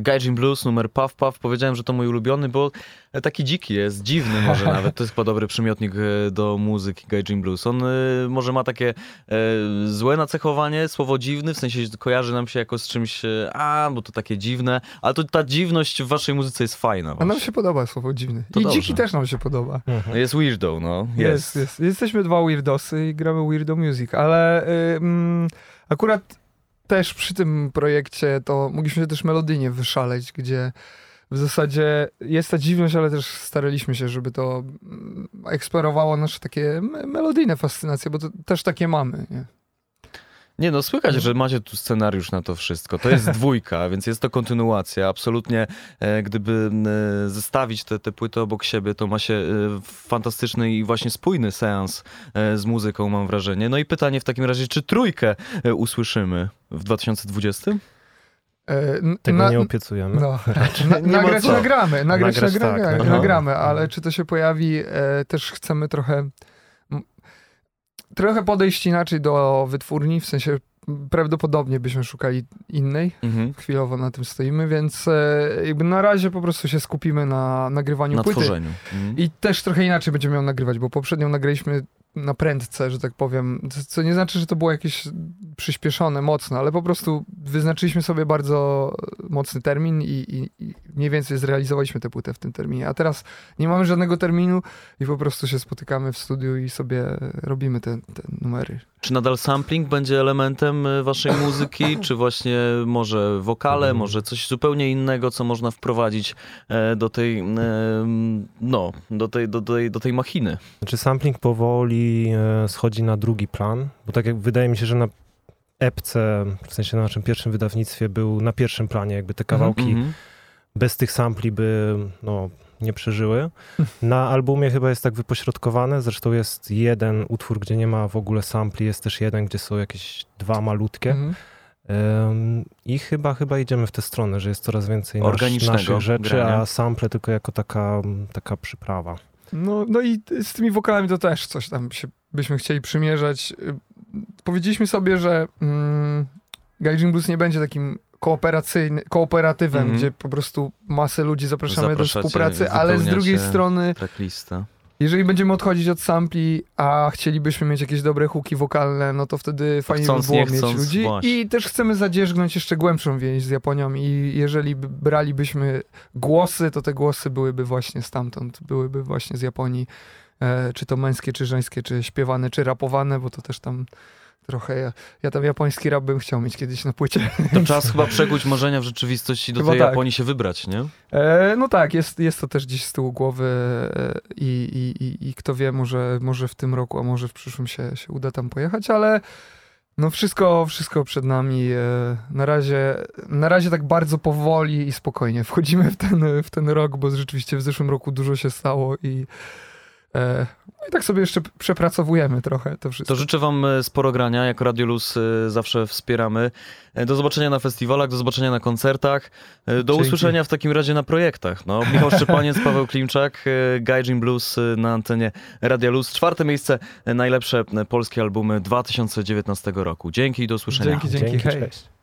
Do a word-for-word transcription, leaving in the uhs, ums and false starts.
Gaijin Blues, numer Puff Puff. Powiedziałem, że to mój ulubiony, bo taki dziki jest, dziwny może nawet. To jest chyba dobry przymiotnik do muzyki, Gaijin Blues. On y, może ma takie y, złe nacechowanie, słowo dziwny, w sensie kojarzy nam się jako z czymś, y, a, bo to takie dziwne, ale to ta dziwność w waszej muzyce jest fajna. Właśnie. A nam się podoba słowo dziwny. To I dobrze. dziki też nam się podoba. Mhm. Jest weirdo, no. Jest. Jest, jest. Jesteśmy dwa weirdosy i gramy weirdo music, ale y, mm, akurat też przy tym projekcie to mogliśmy się też melodyjnie wyszaleć, gdzie w zasadzie jest ta dziwność, ale też staraliśmy się, żeby to eksplorowało nasze takie melodyjne fascynacje, bo to też takie mamy, nie? Nie no, słychać, że macie tu scenariusz na to wszystko. To jest dwójka, więc jest to kontynuacja. Absolutnie, e, gdyby e, zestawić te, te płyty obok siebie, to ma się e, fantastyczny i właśnie spójny seans e, z muzyką, mam wrażenie. No i pytanie w takim razie, czy trójkę e, usłyszymy w dwa tysiące dwudziestym? E, Tego na, nie obiecujemy. No, na, nagrać nagramy, nagrać, nagrać nagra, tak, nagra, nagramy, ale Aha. czy to się pojawi, e, też chcemy trochę trochę podejść inaczej do wytwórni, w sensie prawdopodobnie byśmy szukali innej. Mhm. Chwilowo na tym stoimy, więc e, jakby na razie po prostu się skupimy na nagrywaniu na płyty. Tworzeniu. Mhm. I też trochę inaczej będziemy ją nagrywać, bo poprzednią nagraliśmy na prędce, że tak powiem, co nie znaczy, że to było jakieś przyspieszone mocno, ale po prostu wyznaczyliśmy sobie bardzo mocny termin i, i, i mniej więcej zrealizowaliśmy tę płytę w tym terminie. A teraz nie mamy żadnego terminu i po prostu się spotykamy w studiu i sobie robimy te, te numery. Czy nadal sampling będzie elementem waszej muzyki, czy właśnie może wokale, mm. może coś zupełnie innego, co można wprowadzić do tej, no, do tej, do tej, do tej machiny? Znaczy sampling powoli schodzi na drugi plan, bo tak jak wydaje mi się, że na epce, w sensie na naszym pierwszym wydawnictwie był na pierwszym planie jakby te kawałki mm-hmm. bez tych sampli by no, nie przeżyły. Na albumie chyba jest tak wypośrodkowane, zresztą jest jeden utwór, gdzie nie ma w ogóle sampli, jest też jeden, gdzie są jakieś dwa malutkie. Mm-hmm. Um, I chyba chyba idziemy w tę stronę, że jest coraz więcej nasz, naszych rzeczy, grania. A sample tylko jako taka, taka przyprawa. No, no i z tymi wokalami to też coś tam się, byśmy chcieli przymierzać. Powiedzieliśmy sobie, że mm, Gaijin Blues nie będzie takim kooperacyjny, kooperatywem, mm-hmm. gdzie po prostu masę ludzi zapraszamy do współpracy, ale z drugiej strony tracklista. Jeżeli będziemy odchodzić od sampli, a chcielibyśmy mieć jakieś dobre hooki wokalne, no to wtedy fajnie chcąc, by było chcąc, mieć ludzi. właśnie. I też chcemy zadzierzgnąć jeszcze głębszą więź z Japonią i jeżeli bralibyśmy głosy, to te głosy byłyby właśnie stamtąd, byłyby właśnie z Japonii. E, czy to męskie, czy żeńskie, czy śpiewane, czy rapowane, bo to też tam trochę, ja, ja tam japoński rap bym chciał mieć kiedyś na płycie. To czas chyba przekuć marzenia w rzeczywistość i do chyba tej tak. Japonii się wybrać, nie? E, no tak, jest, jest to też gdzieś z tyłu głowy e, i, i, i, i kto wie, może, może w tym roku, a może w przyszłym się, się uda tam pojechać, ale no wszystko, wszystko przed nami. E, na razie, na razie tak bardzo powoli i spokojnie wchodzimy w ten, w ten rok, bo rzeczywiście w zeszłym roku dużo się stało i no i tak sobie jeszcze przepracowujemy trochę to wszystko. To życzę wam sporo grania, jako Radio Luz zawsze wspieramy. Do zobaczenia na festiwalach, do zobaczenia na koncertach, do Dzięki. usłyszenia w takim razie na projektach. No, Michał Szczepaniec, Paweł Klimczak, Gaijin Blues na antenie Radia Luz. Czwarte miejsce, najlepsze polskie albumy dwa tysiące dziewiętnastego roku. Dzięki i do usłyszenia. Dzięki, dzięki, dzięki hej. Cześć.